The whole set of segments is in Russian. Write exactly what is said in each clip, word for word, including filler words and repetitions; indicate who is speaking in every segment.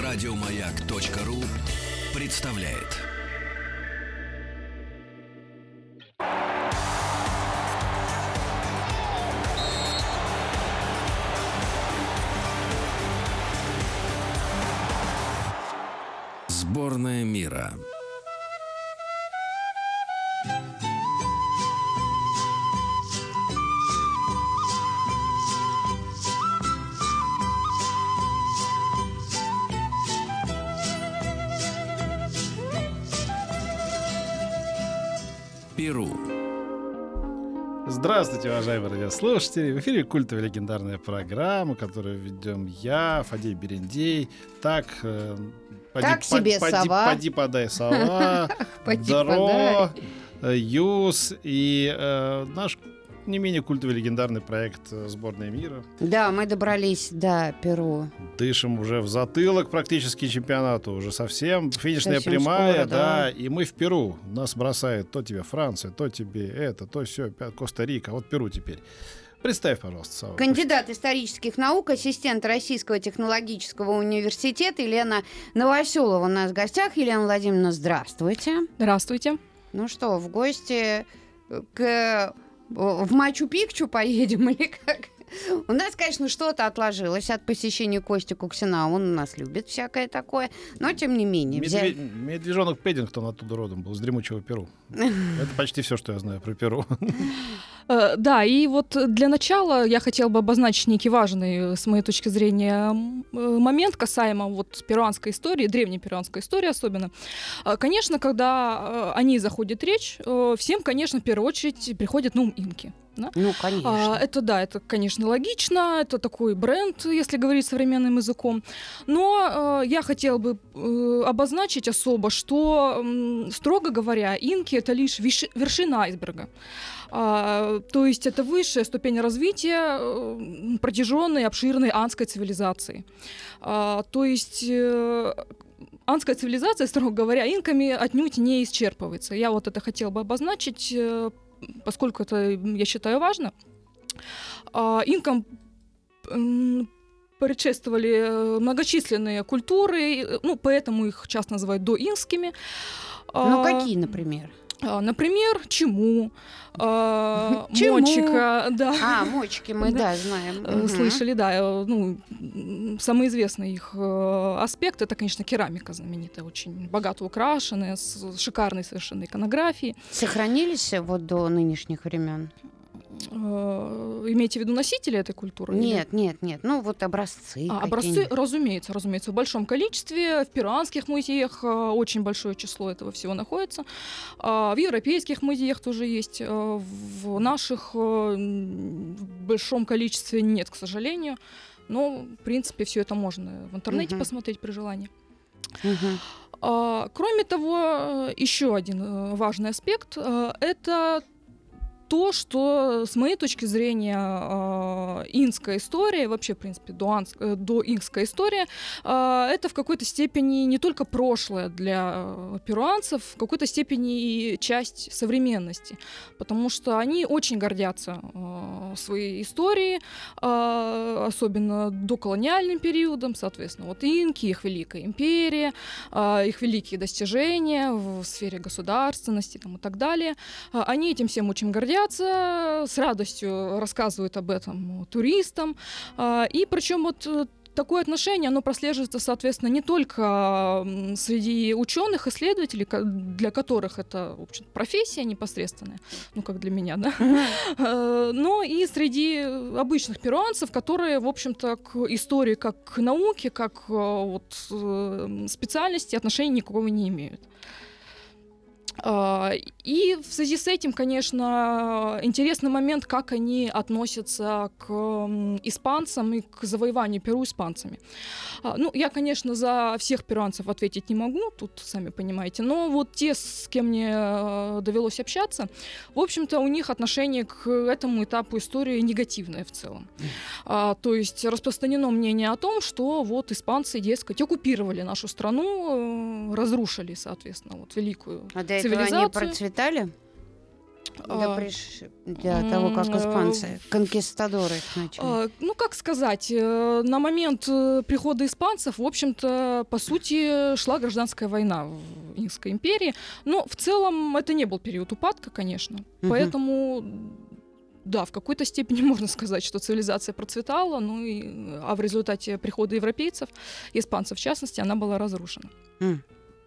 Speaker 1: Радиомаяк.ру представляет. Сборная мира. Перу.
Speaker 2: Здравствуйте, уважаемые радиослушатели! В эфире культовая легендарная программа, которую ведем я, Фадей Берендей. Так, э, поди,
Speaker 3: так себе
Speaker 2: поди,
Speaker 3: сова.
Speaker 2: Поди, подай, сова. Дро, Юс и э, наш не менее культовый легендарный проект «Сборная мира».
Speaker 3: Да, мы добрались до Перу.
Speaker 2: Дышим уже в затылок практически чемпионату, уже совсем. Финишная
Speaker 3: Совсем
Speaker 2: прямая,
Speaker 3: скоро,
Speaker 2: да.
Speaker 3: да.
Speaker 2: И мы в Перу. Нас бросает то тебе Франция, то тебе это, то все, Коста-Рика. Вот Перу теперь. Представь, пожалуйста, Сава.
Speaker 3: Кандидат исторических наук, ассистент Российского технологического университета Елена Новоселова у нас в гостях. Елена Владимировна, здравствуйте.
Speaker 4: Здравствуйте.
Speaker 3: Ну что, в гости к... в Мачу-Пикчу поедем или как? У нас, конечно, что-то отложилось от посещения Кости Куксина. Он у нас любит всякое такое. Но, тем не менее...
Speaker 2: Медве...
Speaker 3: взяли...
Speaker 2: Медвежонок Пэддингтон оттуда родом был, с дремучего Перу. Это почти все, что я знаю про Перу.
Speaker 4: Да, и вот для начала я хотела бы обозначить некий важный, с моей точки зрения, момент касаемо вот перуанской истории, древней перуанской истории особенно. Конечно, когда о ней заходит речь, всем, конечно, в первую очередь приходят на ум инки. Да?
Speaker 3: Ну, конечно.
Speaker 4: А, это, да, это, конечно, логично, это такой бренд, если говорить современным языком. Но э, я хотела бы э, обозначить особо, что, э, строго говоря, инки — это лишь виш- вершина айсберга. А, то есть это высшая ступень развития э, протяженной, обширной андской цивилизации. А, то есть... Э, Андская цивилизация, строго говоря, инками отнюдь не исчерпывается. Я вот это хотела бы обозначить, э, поскольку это, я считаю, важно. А, инкам м, предшествовали многочисленные культуры, ну, поэтому их часто называют доинкскими.
Speaker 3: Ну, какие, например?
Speaker 4: Например, чуму, э,
Speaker 3: Чуму.
Speaker 4: мочика, да.
Speaker 3: А, мочки мы, да, знаем.
Speaker 4: Э, Слышали, да. Ну, самый известный их э, аспект — это, конечно, керамика знаменитая, очень богато украшенная, с шикарной совершенно иконографией.
Speaker 3: Сохранились вот до нынешних времен?
Speaker 4: Э, имеете в виду носители этой культуры?
Speaker 3: Нет, или? нет, нет. Ну, вот образцы.
Speaker 4: А, образцы, разумеется, разумеется, в большом количестве. В перуанских музеях э, очень большое число этого всего находится. Э, в европейских музеях тоже есть. Э, в наших э, в большом количестве нет, к сожалению. Но, в принципе, все это можно в интернете uh-huh. посмотреть при желании.
Speaker 3: Uh-huh.
Speaker 4: Э, кроме того, еще один важный аспект э, — это то, что, с моей точки зрения, э, инкская история, вообще, в принципе, доинкская, доинкская история, э, это в какой-то степени не только прошлое для перуанцев, в какой-то степени и часть современности, потому что они очень гордятся э, своей историей, э, особенно доколониальным периодом, соответственно, вот инки, их великая империя, э, их великие достижения в сфере государственности там, и так далее. Э, они этим всем очень гордятся, с радостью рассказывают об этом туристам. И причем вот такое отношение, оно прослеживается, соответственно, не только среди ученых, исследователей, для которых это, в общем, профессия непосредственная, ну, как для меня, да, mm-hmm. но и среди обычных перуанцев, которые, в общем-то, к истории как к науке, как вот специальности отношения никакого не имеют. И в связи с этим, конечно, интересный момент, как они относятся к испанцам и к завоеванию Перу испанцами. Ну, я, конечно, за всех перуанцев ответить не могу, тут, сами понимаете, но вот те, с кем мне довелось общаться, в общем-то, у них отношение к этому этапу истории негативное в целом. Mm. То есть распространено мнение о том, что вот испанцы, дескать, оккупировали нашу страну, разрушили, соответственно, вот великую
Speaker 3: а до
Speaker 4: цивилизацию.
Speaker 3: Они процветали? До, приш... До того, как испанцы, конкистадоры их начали.
Speaker 4: Ну, как сказать, на момент прихода испанцев, в общем-то, по сути, шла гражданская война в Инкской империи. Но в целом это не был период упадка, конечно. Угу. Поэтому, да, в какой-то степени можно сказать, что цивилизация процветала, ну и, а в результате прихода европейцев, испанцев в частности, она была разрушена. Mm.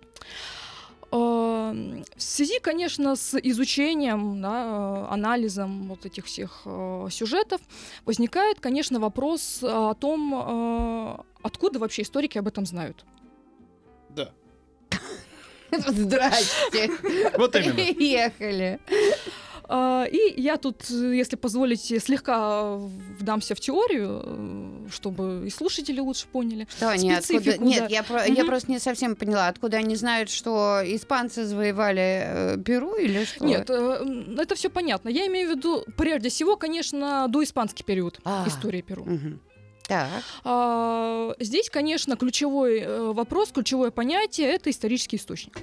Speaker 4: В связи, конечно, с изучением, да, анализом вот этих всех э, сюжетов возникает, конечно, вопрос о том, э, откуда вообще историки об этом знают.
Speaker 2: Да.
Speaker 3: Здрасте.
Speaker 2: Вот именно.
Speaker 3: Приехали.
Speaker 4: И я тут, если позволите, слегка вдамся в теорию, чтобы и слушатели лучше поняли.
Speaker 3: Что они откуда? Нет, да. я, про... угу. я просто не совсем поняла, откуда они знают, что испанцы завоевали э, Перу или что?
Speaker 4: Нет, э, это все понятно. Я имею в виду, прежде всего, конечно, доиспанский период а, истории Перу.
Speaker 3: Угу. Так.
Speaker 4: А, здесь, конечно, ключевой вопрос, ключевое понятие — это исторический источник.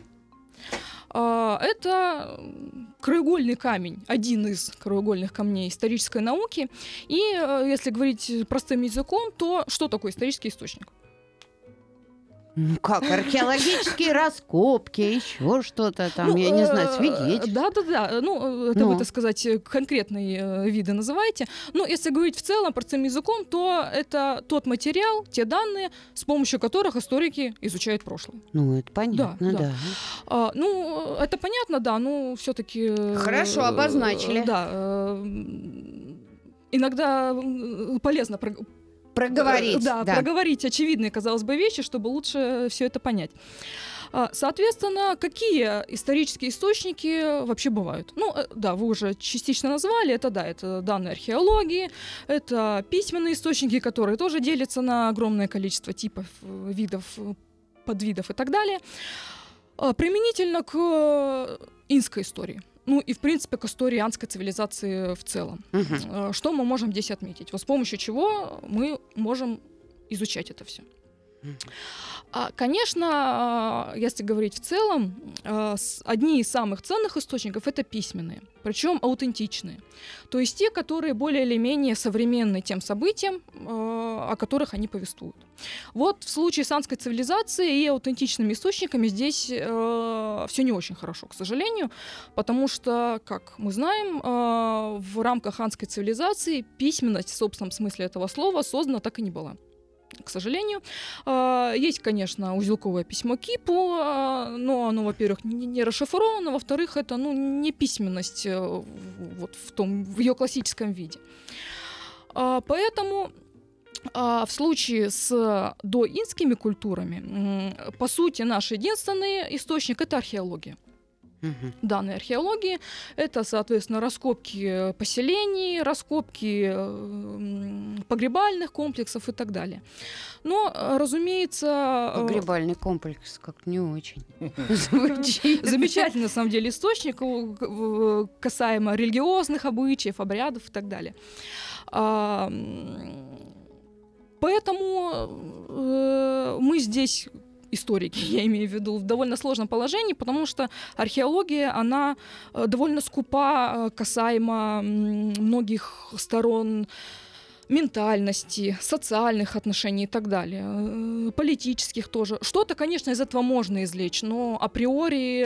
Speaker 4: Это краеугольный камень, один из краеугольных камней исторической науки. И если говорить простым языком, то что такое исторический источник?
Speaker 3: Ну как, археологические раскопки, еще что-то там, ну, я не знаю, свидетельства.
Speaker 4: Да-да-да, ну, это ну. вы, так сказать, конкретные виды называете. Но если говорить в целом простым языком, то это тот материал, те данные, с помощью которых историки изучают прошлое.
Speaker 3: Ну, это понятно, да. да.
Speaker 4: да. А, ну, это понятно, да, но все-таки...
Speaker 3: Хорошо, обозначили.
Speaker 4: Да. Иногда полезно
Speaker 3: проговорить.
Speaker 4: Да,
Speaker 3: да,
Speaker 4: проговорить очевидные, казалось бы, вещи, чтобы лучше все это понять. Соответственно, какие исторические источники вообще бывают? Ну, да, вы уже частично назвали, это да, это данные археологии, это письменные источники, которые тоже делятся на огромное количество типов, видов, подвидов и так далее. Применительно к инской истории. Ну и, в принципе, к истории инской цивилизации в целом. Uh-huh. Что мы можем здесь отметить? Вот с помощью чего мы можем изучать это все. Uh-huh. Конечно, если говорить в целом, одни из самых ценных источников — это письменные, причем аутентичные. То есть те, которые более или менее современны тем событиям, о которых они повествуют. Вот в случае с инской цивилизацией и аутентичными источниками здесь все не очень хорошо, к сожалению, потому что, как мы знаем, в рамках инской цивилизации письменность в собственном смысле этого слова создана так и не была. К сожалению. Есть, конечно, узелковое письмо Кипу, но оно, во-первых, не расшифровано, во-вторых, это ну, не письменность вот в, том, в ее классическом виде. Поэтому в случае с доинскими культурами, по сути, наш единственный источник — это археология. Uh-huh. Данные археологии — это, соответственно, раскопки поселений, раскопки э, погребальных комплексов и так далее. Но, разумеется...
Speaker 3: Погребальный комплекс как-то не очень
Speaker 4: звучит. Замечательный, на самом деле, источник касаемо религиозных обычаев, обрядов и так далее. Поэтому мы здесь... историки, я имею в виду, в довольно сложном положении, потому что археология, она довольно скупа касаемо многих сторон ментальности, социальных отношений и так далее, политических тоже. Что-то, конечно, из этого можно извлечь, но априори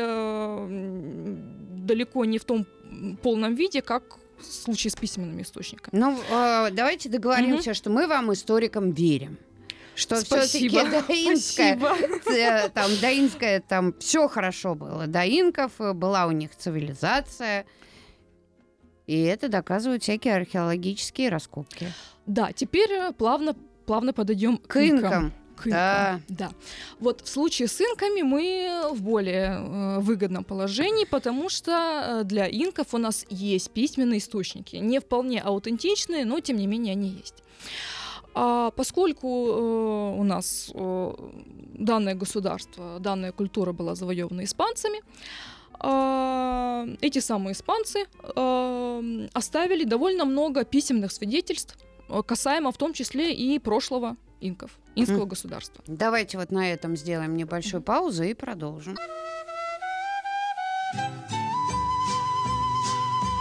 Speaker 4: далеко не в том полном виде, как в случае с письменными источниками.
Speaker 3: Ну, давайте договоримся, угу. что мы вам, историкам, верим. Что все-таки доинская, там, доинская, там все хорошо было. До инков была у них цивилизация. И это доказывают всякие археологические раскопки.
Speaker 4: Да, теперь плавно, плавно подойдем к,
Speaker 3: к инкам.
Speaker 4: К инкам. Да. да. Вот в случае с инками мы в более э, выгодном положении, потому что для инков у нас есть письменные источники. Не вполне аутентичные, но тем не менее они есть. А поскольку э, у нас э, данное государство, данная культура была завоевана испанцами, э, эти самые испанцы э, оставили довольно много письменных свидетельств, касаемо в том числе и прошлого инков, инского mm. государства.
Speaker 3: Давайте вот на этом сделаем небольшую паузу и продолжим.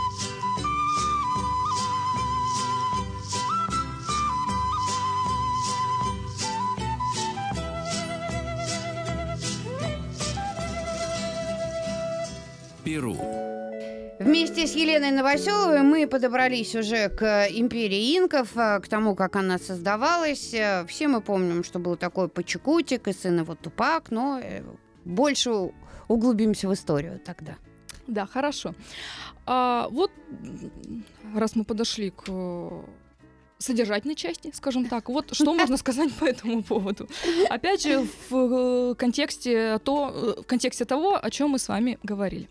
Speaker 1: Перу.
Speaker 3: Вместе с Еленой Новоселовой мы подобрались уже к империи инков, к тому, как она создавалась. Все мы помним, что был такой Пачакутик и сын его Тупак, но больше углубимся в историю тогда.
Speaker 4: Да, хорошо. А, вот раз мы подошли к содержательной части, скажем так, вот что можно сказать по этому поводу. Опять же, в контексте, то, в контексте того, о чем мы с вами говорили.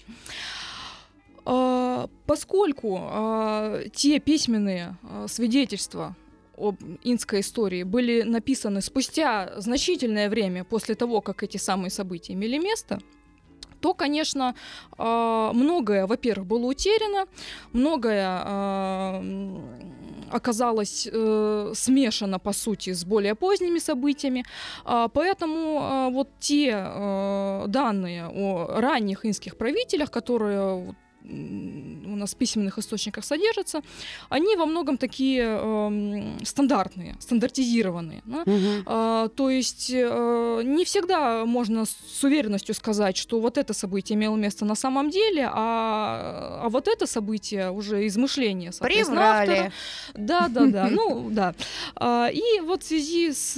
Speaker 4: Поскольку те письменные свидетельства об инкской истории были написаны спустя значительное время после того, как эти самые события имели место, то, конечно, многое, во-первых, было утеряно, многое оказалось смешано, по сути, с более поздними событиями. Поэтому вот те данные о ранних инкских правителях, которые у нас в письменных источниках содержатся, они во многом такие э, стандартные, стандартизированные. Да?
Speaker 3: Угу.
Speaker 4: А, то есть э, не всегда можно с уверенностью сказать, что вот это событие имело место на самом деле, а, а вот это событие уже измышление, соответственно, автора. Да, да, да. Ну, да. А, и вот в связи с,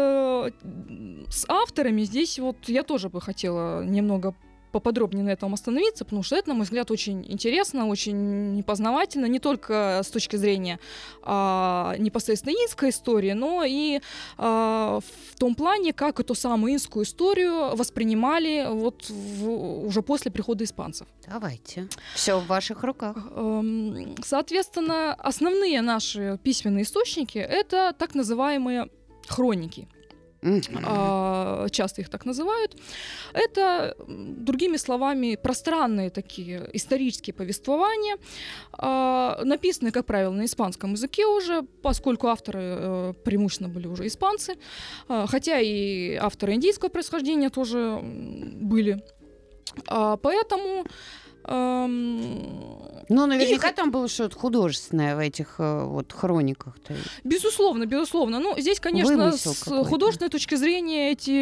Speaker 4: с авторами здесь вот я тоже бы хотела немного поподробнее на этом остановиться, потому что это, на мой взгляд, очень интересно, очень познавательно, не только с точки зрения а, непосредственно инкской истории, но и а, в том плане, как эту самую инкскую историю воспринимали вот в, уже после прихода испанцев.
Speaker 3: Давайте. Все в ваших руках.
Speaker 4: Соответственно, основные наши письменные источники — это так называемые хроники. Uh-huh. Часто их так называют. Это, другими словами, пространные такие исторические повествования, написанные, как правило, на испанском языке уже, поскольку авторы преимущественно были уже испанцы, хотя и авторы индийского происхождения тоже были. Поэтому
Speaker 3: Ну, наверняка их... там было что-то художественное в этих вот хрониках-то.
Speaker 4: Безусловно, безусловно. Ну, здесь, конечно, Вымысел с какой-то. художественной точки зрения эти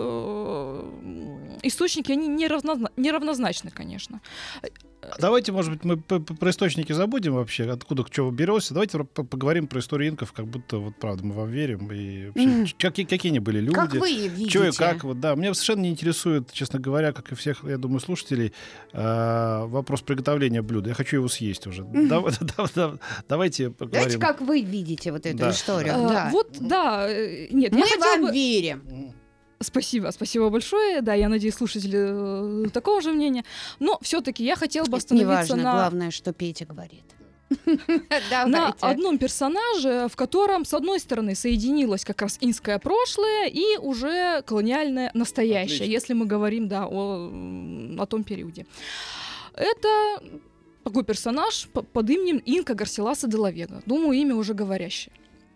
Speaker 4: э, источники, они неравнозна... неравнозначны, конечно.
Speaker 2: Давайте, может быть, мы про источники забудем вообще, откуда к чему берется. Давайте поговорим про историю инков, как будто, вот правда, мы вам верим. И вообще, mm. какие, какие они были люди.
Speaker 3: Как вы видите.
Speaker 2: Чё и как. Вот, да. Меня совершенно не интересует, честно говоря, как и всех, я думаю, слушателей, э, вопрос приготовления блюда. Я хочу его съесть уже. Mm. Да, да, да, давайте поговорим.
Speaker 3: Давайте, как вы видите вот эту
Speaker 2: да.
Speaker 3: историю.
Speaker 4: А,
Speaker 3: да.
Speaker 4: Вот, да. Нет,
Speaker 3: мы
Speaker 4: я
Speaker 3: вам
Speaker 4: бы...
Speaker 3: верим.
Speaker 4: Спасибо, спасибо большое. Да, я надеюсь, слушатели такого же мнения. Но все-таки я хотела бы остановиться
Speaker 3: Неважно,
Speaker 4: на...
Speaker 3: главное, что Петя говорит.
Speaker 4: На одном персонаже, в котором, с одной стороны, соединилось как раз инкское прошлое и уже колониальное настоящее, Отлично. Если мы говорим, да, о, о том периоде. Это такой персонаж под именем Инка Гарсиласа де ла Вега. Думаю, имя уже говорящее.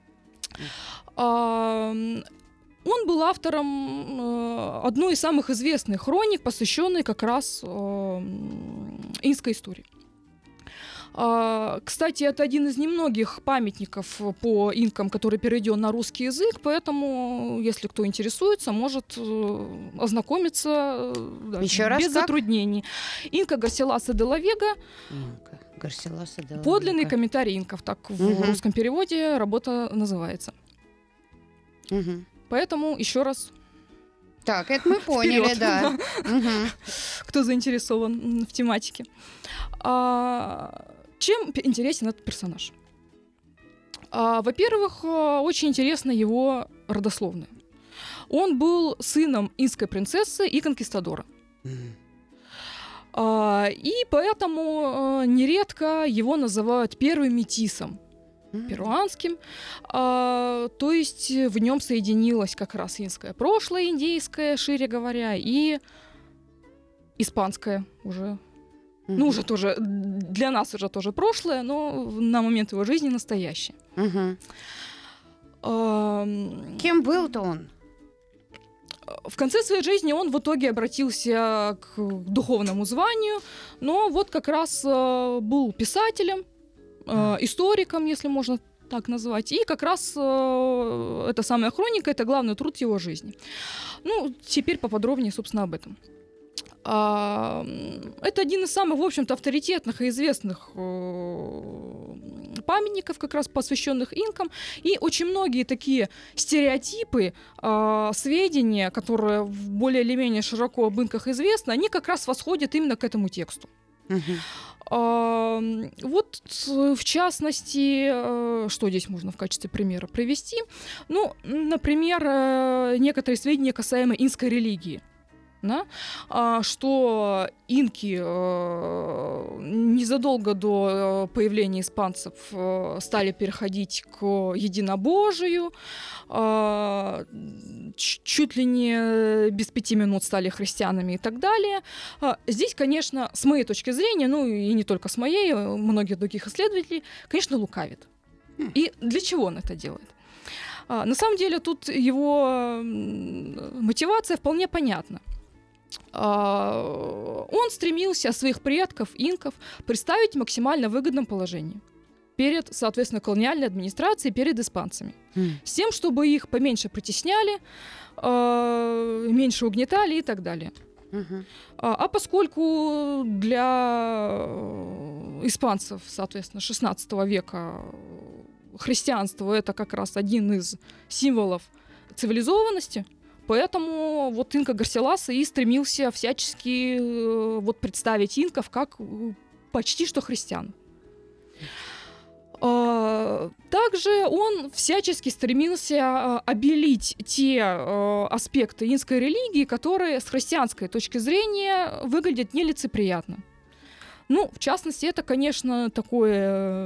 Speaker 4: Он был автором э, одной из самых известных хроник, посвященной как раз э, инкской истории. Э, кстати, это один из немногих памятников по инкам, который переведен на русский язык, поэтому, если кто интересуется, может э, ознакомиться да,
Speaker 3: Еще
Speaker 4: без
Speaker 3: раз
Speaker 4: затруднений. Инка Гарсиласа де ла Вега.
Speaker 3: Гарсиласа де ла
Speaker 4: Подлинный
Speaker 3: Вега.
Speaker 4: комментарий инков, так в
Speaker 3: угу.
Speaker 4: русском переводе работа называется.
Speaker 3: Угу.
Speaker 4: Поэтому еще раз.
Speaker 3: Так, это мы поняли,
Speaker 4: Вперед,
Speaker 3: да. Угу.
Speaker 4: Кто заинтересован в тематике. А, чем интересен этот персонаж? А, во-первых, очень интересна его родословная. Он был сыном инкской принцессы и конкистадора. А, и поэтому нередко его называют первым метисом. Перуанским, а, то есть в нем соединилось как раз инкское прошлое, индейское, шире говоря, и испанское уже, mm-hmm. ну уже тоже для нас уже тоже прошлое, но на момент его жизни настоящее.
Speaker 3: Mm-hmm.
Speaker 4: А,
Speaker 3: Кем был-то он?
Speaker 4: В конце своей жизни он в итоге обратился к духовному званию, но вот как раз а, был писателем, Э, историком, если можно так назвать. И как раз э, эта самая хроника — это главный труд его жизни. Ну, теперь поподробнее, собственно, об этом. Это один из самых, в общем-то, авторитетных и известных памятников, как раз посвященных инкам. И очень многие такие стереотипы, сведения, которые более или менее широко об инках известны, они как раз восходят именно к этому тексту.
Speaker 3: Мгм.
Speaker 4: Вот, в частности, что здесь можно в качестве примера привести? Ну, например, некоторые сведения касаемо инской религии. Да? Что инки незадолго до появления испанцев стали переходить к единобожию, чуть ли не без пяти минут стали христианами и так далее. Здесь, конечно, с моей точки зрения, ну и не только с моей, многих других исследователей, конечно, лукавит. И для чего он это делает? На самом деле тут его мотивация вполне понятна. Он стремился своих предков, инков, представить в максимально выгодном положении перед, соответственно, колониальной администрацией, перед испанцами.
Speaker 3: Mm.
Speaker 4: С тем, чтобы их поменьше притесняли, меньше угнетали и так далее.
Speaker 3: Мгм.
Speaker 4: А поскольку для испанцев, соответственно, шестнадцатого века христианство — это как раз один из символов цивилизованности, поэтому вот инка Гарсиласа и стремился всячески э, вот представить инков как э, почти что христиан. А, Также он всячески стремился э, обелить те э, аспекты инской религии, которые с христианской точки зрения выглядят нелицеприятно. Ну, в частности, это, конечно, такой э,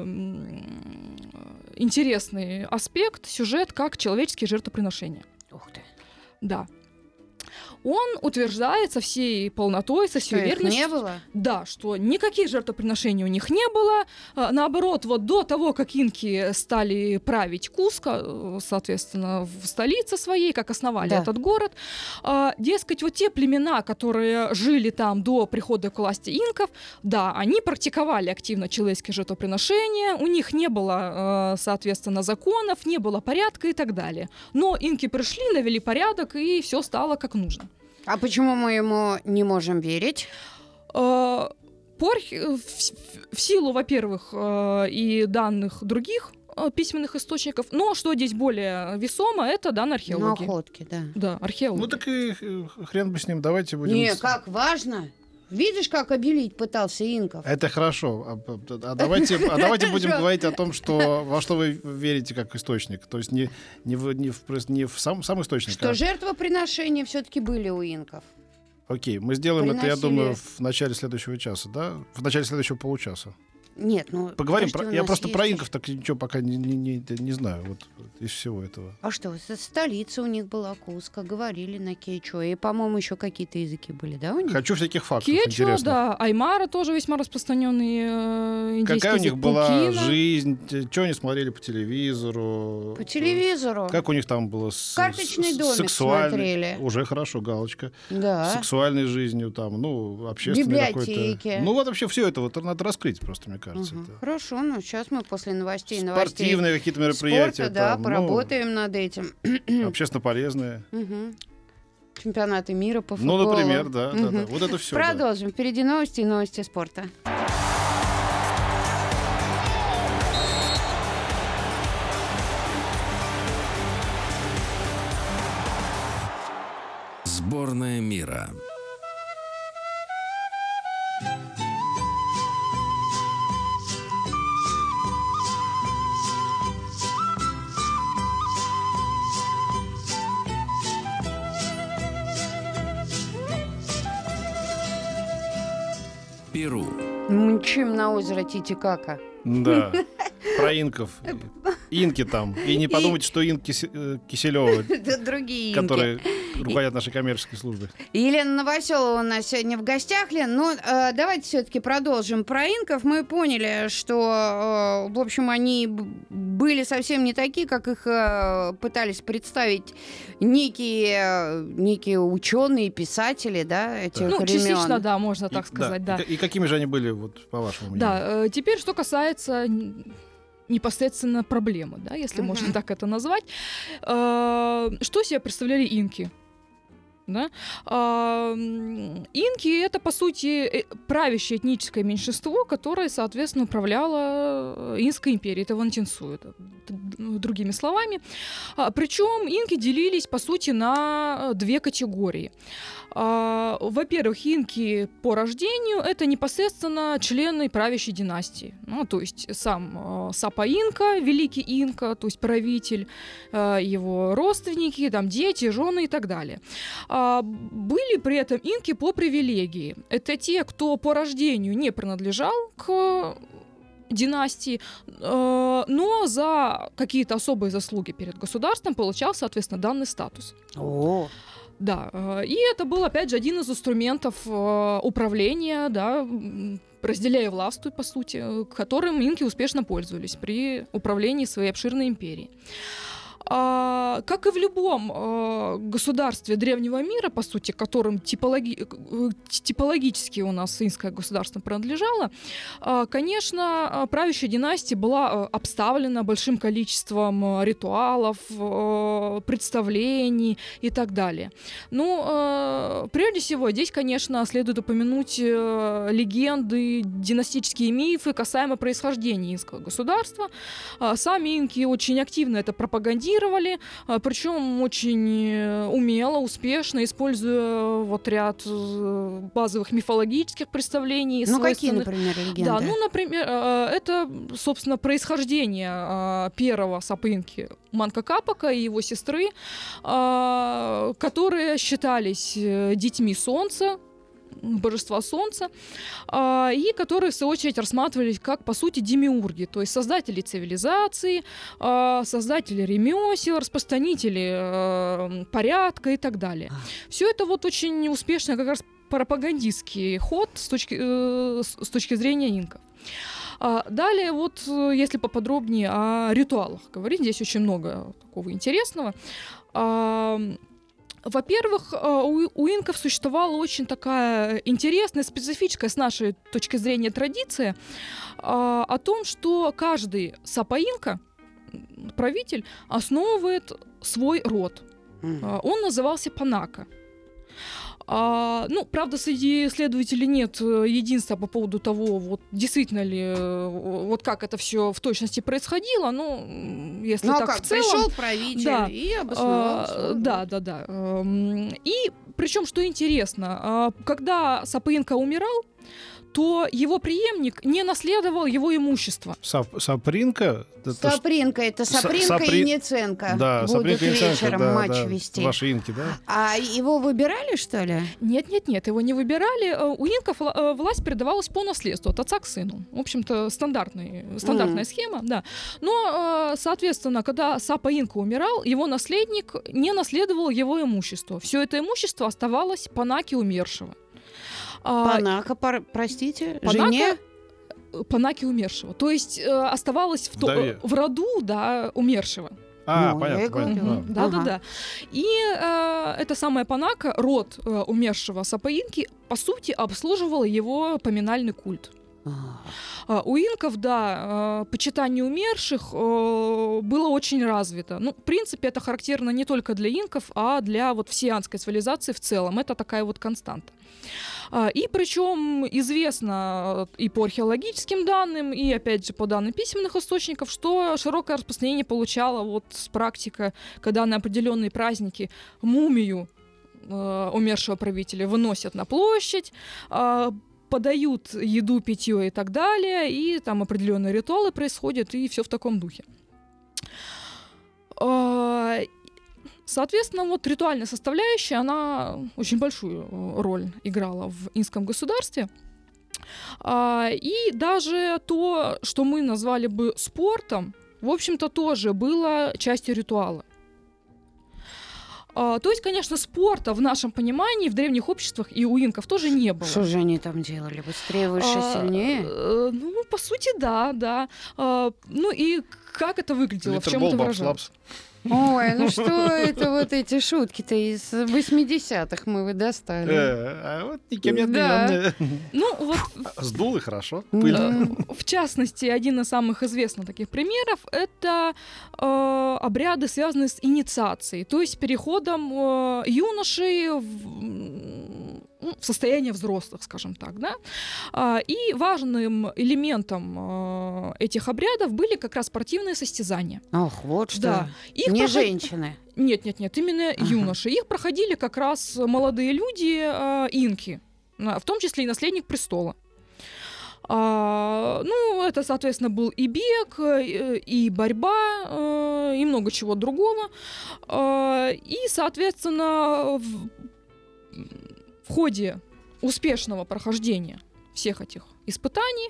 Speaker 4: интересный аспект, сюжет, как человеческие жертвоприношения.
Speaker 3: Ух ты.
Speaker 4: Да. Он утверждает со всей полнотой, со всей
Speaker 3: Что, их
Speaker 4: уверенностью,
Speaker 3: не было?
Speaker 4: да, что никаких жертвоприношений у них не было. А, Наоборот, вот до того, как инки стали править Куско, э, соответственно, в столице своей, как основали
Speaker 3: Да.
Speaker 4: этот город, а, дескать, вот те племена, которые жили там до прихода к власти инков, да, они практиковали активно человеческие жертвоприношения, у них не было, э, соответственно, законов, не было порядка и так далее. Но инки пришли, навели порядок, и все стало как нужно.
Speaker 3: А почему мы ему не можем верить?
Speaker 4: Э, По архи- в, в силу, во-первых, э, и данных других э, письменных источников, но что здесь более весомо, это данные археологии.
Speaker 3: Находки, да.
Speaker 4: Да, археологи.
Speaker 2: Ну так и э, хрен бы с ним, давайте будем...
Speaker 3: Не,
Speaker 2: с-
Speaker 3: как важно. Видишь, как обелить пытался инков?
Speaker 2: Это хорошо. А, а- а давайте, а давайте будем
Speaker 3: Хорошо.
Speaker 2: говорить о том, что, во что вы верите как источник. То есть не, не, в, не, в, прос- не в сам, сам источник.
Speaker 3: Что
Speaker 2: а-
Speaker 3: жертвоприношения все-таки были у инков.
Speaker 2: Окей, мы сделаем это, я
Speaker 3: приносили-
Speaker 2: думаю, в начале следующего часа, да? В начале следующего получаса.
Speaker 3: Нет, ну...
Speaker 2: Поговорим
Speaker 3: подожди,
Speaker 2: про...
Speaker 3: у
Speaker 2: Я
Speaker 3: нас
Speaker 2: просто
Speaker 3: есть
Speaker 2: про
Speaker 3: еще-
Speaker 2: инков так ничего пока не, не, не, не знаю, вот из всего этого.
Speaker 3: А что, с- столица у них была Куско, говорили на кечуа, и, по-моему, еще какие-то языки были, да, у них?
Speaker 2: Хочу всяких фактов
Speaker 4: Кечуа,
Speaker 2: интересных.
Speaker 4: да, аймара тоже весьма распространенный э, индийский
Speaker 2: Какая у них
Speaker 4: язык,
Speaker 2: была
Speaker 4: пукина.
Speaker 2: жизнь, что они смотрели по телевизору.
Speaker 3: По телевизору.
Speaker 2: Как у них там было с,
Speaker 3: Карточный
Speaker 2: с-
Speaker 3: домик
Speaker 2: сексуальной-
Speaker 3: смотрели.
Speaker 2: Уже хорошо, галочка.
Speaker 3: Да.
Speaker 2: Сексуальной жизнью там, ну, общественной какой-то.
Speaker 3: Библиотеки.
Speaker 2: Ну, вот вообще все это вот надо раскрыть просто, мне кажется.
Speaker 3: Мгм.
Speaker 2: это.
Speaker 3: Хорошо, ну сейчас мы после новостей, новостей
Speaker 2: Спортивные какие-то мероприятия.
Speaker 3: спорта, да,
Speaker 2: там, ну,
Speaker 3: поработаем над этим.
Speaker 2: общественно полезные.
Speaker 3: Мгм. Чемпионаты мира по
Speaker 2: Ну,
Speaker 3: футболу.
Speaker 2: например, да, да,
Speaker 3: Мгм.
Speaker 2: да. Вот это все.
Speaker 3: Продолжим. Впереди новости и новости спорта.
Speaker 1: Сборная мира. Перу.
Speaker 3: Мчим на озеро Титикака.
Speaker 2: Да. Про инков. Инки там. И не подумайте, что инки Киселева,
Speaker 3: Это другие инки.
Speaker 2: которые руководят нашей коммерческой службой.
Speaker 3: Елена Новоселова у нас сегодня в гостях. Лен, ну э, давайте все-таки продолжим про инков. Мы поняли, что, э, в общем, они б- были совсем не такие, как их э, пытались представить некие, э, некие ученые, писатели, да, этих
Speaker 4: Ну,
Speaker 3: времен.
Speaker 4: частично, да, можно так
Speaker 2: И-
Speaker 4: сказать, да.
Speaker 2: И, и какими же они были, вот, по вашему мнению?
Speaker 4: Да, э, теперь что касается н- непосредственно проблемы, да, если
Speaker 3: Мгм.
Speaker 4: можно так это назвать. Э, Что себе представляли инки? Да? А, инки — это, по сути, правящее этническое меньшинство, которое, соответственно, управляло Инской империей. Это Вантинсу, это, другими словами. А, причем инки делились, по сути, на две категории. А, во-первых, инки по рождению — это непосредственно члены правящей династии. Ну, то есть сам Сапа Инка, великий инка, то есть правитель, его родственники, там, дети, жены и так далее. Были при этом инки по привилегии. Это те, кто по рождению не принадлежал к династии, но за какие-то особые заслуги перед государством получал, соответственно, данный статус.
Speaker 3: О.
Speaker 4: Да, и это был, опять же, один из инструментов управления, да, разделяя власть, по сути, которым инки успешно пользовались при управлении своей обширной империей. А, как и в любом а, государстве древнего мира, по сути, которым типологи... типологически у нас инское государство принадлежало, а, конечно, правящая династия была обставлена большим количеством ритуалов, а, представлений и так далее. Ну, а, прежде всего, здесь, конечно, следует упомянуть а, легенды, династические мифы касаемо происхождения инского государства. А, сами инки очень активно это пропагандировали, причем очень умело, успешно, используя вот ряд базовых мифологических представлений.
Speaker 3: Ну, какие, например, легенды?
Speaker 4: Да, ну, например, это, собственно, происхождение первого Сапа Инки Манка Капака и его сестры, которые считались детьми Солнца, божества Солнца, и которые, в свою очередь, рассматривались как, по сути, демиурги, то есть создатели цивилизации, создатели ремесел, распространители порядка и так далее. Все это вот очень успешный как раз пропагандистский ход с точки, с точки зрения инков. Далее, вот, если поподробнее о ритуалах говорить, здесь очень много такого интересного. Во-первых, у инков существовала очень такая интересная, специфическая с нашей точки зрения традиция о том, что каждый Сапа Инка, правитель, основывает свой род. Mm. Он назывался Панака. А, ну, правда, среди исследователей нет единства по поводу того, вот действительно ли, вот как это все в точности происходило, но если
Speaker 3: ну,
Speaker 4: так
Speaker 3: а как?
Speaker 4: в целом...
Speaker 3: Пришел правитель
Speaker 4: да,
Speaker 3: и обосновался.
Speaker 4: А, да, да, да. И причем, что интересно, когда Сапа Инка умирал, то его преемник не наследовал его имущество.
Speaker 2: Сап, Сапринка?
Speaker 3: Сапринка, это Сапринка
Speaker 2: Сапри...
Speaker 3: и Ниценко
Speaker 2: да,
Speaker 3: будут
Speaker 2: Сапринка и Ниценко,
Speaker 3: вечером
Speaker 2: да,
Speaker 3: матч
Speaker 2: да,
Speaker 3: вести.
Speaker 2: Ваши инки, да?
Speaker 3: А его выбирали, что ли?
Speaker 4: Нет, нет, нет, его не выбирали. У инков власть передавалась по наследству от отца к сыну. В общем-то, стандартный, стандартная mm. схема, да. Но, соответственно, когда Сапа Инка умирал, его наследник не наследовал его имущество. Все это имущество оставалось Панаке умершего.
Speaker 3: Панака, пар, простите,
Speaker 4: Панака,
Speaker 3: жене?
Speaker 4: Панаки умершего. То есть э, оставалось в, то, в роду, да, умершего.
Speaker 2: А,
Speaker 3: ну,
Speaker 2: понятно, понятно.
Speaker 4: Угу. Да, ага. да, да. И э, эта самая Панака, род э, умершего Сапа Инки, по сути, обслуживала его поминальный культ. Uh, у инков, да, uh, почитание умерших uh, было очень развито. Ну, в принципе, это характерно не только для инков, а для вот всей андской цивилизации в целом. Это такая вот константа. Uh, и причем известно и по археологическим данным, и, опять же, по данным письменных источников, что широкое распространение получала вот практика, когда на определенные праздники мумию uh, умершего правителя выносят на площадь, uh, подают еду, питье и так далее, и там определенные ритуалы происходят, и все в таком духе. Соответственно, вот ритуальная составляющая, она очень большую роль играла в инском государстве. И даже то, что мы назвали бы спортом, в общем-то, тоже было частью ритуала. А, то есть, конечно, спорта в нашем понимании в древних обществах и у инков тоже не было.
Speaker 3: Что же они там делали? Быстрее, выше,
Speaker 4: а,
Speaker 3: сильнее?
Speaker 4: Э, ну, по сути, да, да. А, ну и как это выглядело, в чем это выражалось?
Speaker 3: Ой, ну что это вот эти шутки-то из восьмидесятых мы вы достали?
Speaker 2: Э, А вот никем не
Speaker 3: Да.
Speaker 2: отмененные.
Speaker 4: Ну, вот
Speaker 2: Сдул и хорошо.
Speaker 3: М.
Speaker 2: Пыль.
Speaker 4: Э, В частности, один из самых известных таких примеров — это э, обряды, связанные с инициацией, то есть переходом э, юношей в, м, ну, в состояние взрослых, скажем так, да. А, и важным элементом э, этих обрядов были как раз спортивные состязания.
Speaker 3: Ох, вот что.
Speaker 4: Да. Их
Speaker 3: Не
Speaker 4: проход-
Speaker 3: женщины.
Speaker 4: Нет, нет, нет, именно
Speaker 3: Ага.
Speaker 4: юноши. Их проходили как раз молодые люди, э, инки, на- в том числе и наследник престола. А, ну, это, соответственно, был и бег, э, и борьба, э, и много чего другого. А, и, соответственно, в, в ходе успешного прохождения всех этих испытаний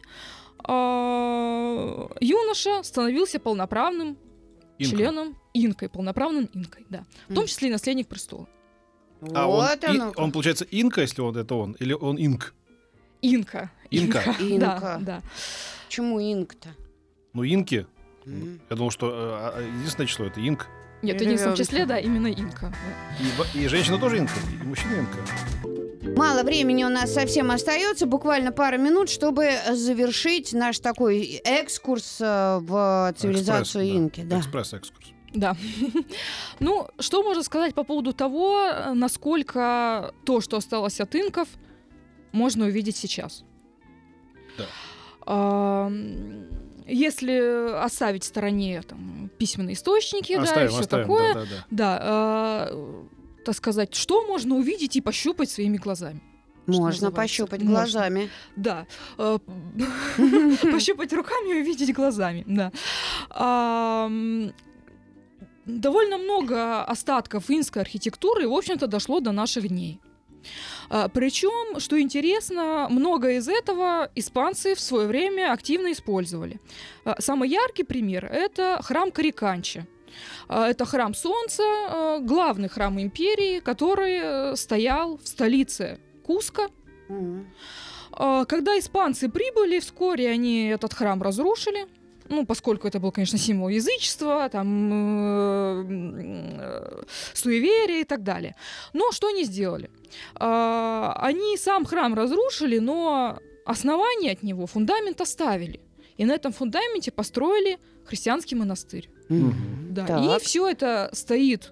Speaker 4: а, юноша становился полноправным
Speaker 2: Инка.
Speaker 4: членом, инкой, полноправным инкой, да. В том
Speaker 3: М.
Speaker 4: числе и наследник престола.
Speaker 2: А он,
Speaker 3: Вот
Speaker 2: и-
Speaker 3: оно.
Speaker 2: он, получается, инка, если он это он, или он инк?
Speaker 4: Инка.
Speaker 2: Инка.
Speaker 4: Да,
Speaker 3: Инка.
Speaker 4: да.
Speaker 3: Почему инк-то?
Speaker 2: Ну, инки.
Speaker 3: М.
Speaker 2: Я думал, что э, а, единственное число — это инк.
Speaker 4: Нет, в
Speaker 3: Или
Speaker 4: единственном
Speaker 3: Вёрнка.
Speaker 4: числе, да, именно инка.
Speaker 2: И, во- и женщина тоже инка, и мужчина инка.
Speaker 3: Мало времени у нас совсем остается, буквально пара минут, чтобы завершить наш такой экскурс э, в цивилизацию
Speaker 2: Экспресс, да.
Speaker 3: инки. Да.
Speaker 2: Экспресс-экскурс.
Speaker 4: Да. Ну, что можно сказать по поводу того, насколько то, что осталось от инков, можно увидеть сейчас?
Speaker 2: Да.
Speaker 4: А, м, Если оставить в стороне там, письменные источники, да, и
Speaker 2: Оставим,
Speaker 4: все
Speaker 2: оставим,
Speaker 4: такое,
Speaker 2: да, да, да.
Speaker 4: да, а, так сказать, что можно увидеть и пощупать своими глазами? Что
Speaker 3: Можно
Speaker 4: называется.
Speaker 3: пощупать
Speaker 4: Можно.
Speaker 3: глазами.
Speaker 4: Да. э, Пощупать руками и увидеть глазами, да. Ам, Довольно много остатков инской архитектуры, в общем-то, дошло до наших дней. Причем, что интересно, много из этого испанцы в свое время активно использовали. А, Самый яркий пример — это храм Кариканчи. А, Это храм Солнца, э, главный храм империи, который э, стоял в столице Куско.
Speaker 3: М.
Speaker 4: А, Когда испанцы прибыли, вскоре они этот храм разрушили. Ну, поскольку это был, конечно, символ язычества, там, э, э, суеверия и так далее. Но что они сделали? А, Они сам храм разрушили, но основание от него, фундамент оставили. И на этом фундаменте построили христианский монастырь.
Speaker 3: М.
Speaker 4: Да.
Speaker 3: Так.
Speaker 4: И все это стоит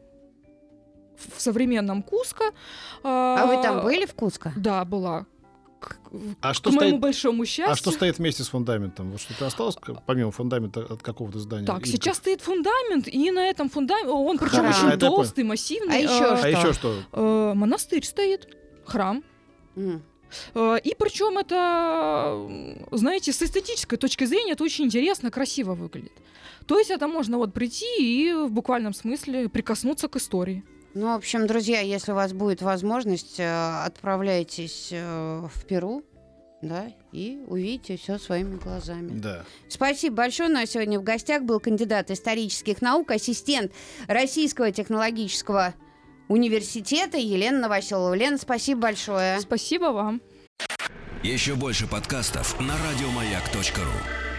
Speaker 4: в в современном Куско.
Speaker 3: А вы там были в Куско?
Speaker 4: Да, была. К,
Speaker 2: А
Speaker 4: к
Speaker 2: что
Speaker 4: моему
Speaker 2: стоит-
Speaker 4: большому счастью.
Speaker 2: А что стоит вместе с фундаментом? Вот что-то осталось к- помимо фундамента от какого-то здания?
Speaker 4: Так,
Speaker 2: Инка?
Speaker 4: сейчас стоит фундамент, и на этом фундаменте он причем
Speaker 3: Храм.
Speaker 2: А,
Speaker 4: очень
Speaker 2: это я понял.
Speaker 4: толстый, массивный.
Speaker 3: А еще
Speaker 4: э,
Speaker 2: А
Speaker 3: что?
Speaker 2: еще что?
Speaker 4: э, монастырь стоит, храм.
Speaker 3: М.
Speaker 4: Э, И причем это, м, знаете, с эстетической точки зрения это очень интересно, красиво выглядит. То есть это можно вот прийти и в буквальном смысле прикоснуться к истории.
Speaker 3: Ну, в общем, друзья, если у вас будет возможность, э, отправляйтесь э, в Перу, да, и увидите все своими глазами.
Speaker 2: Да.
Speaker 3: Спасибо большое. У нас сегодня в гостях был кандидат исторических наук, ассистент Российского технологического университета Елена Новоселова. Лена, спасибо большое.
Speaker 4: Спасибо вам.
Speaker 1: Еще больше подкастов на радиомаяк точка ру.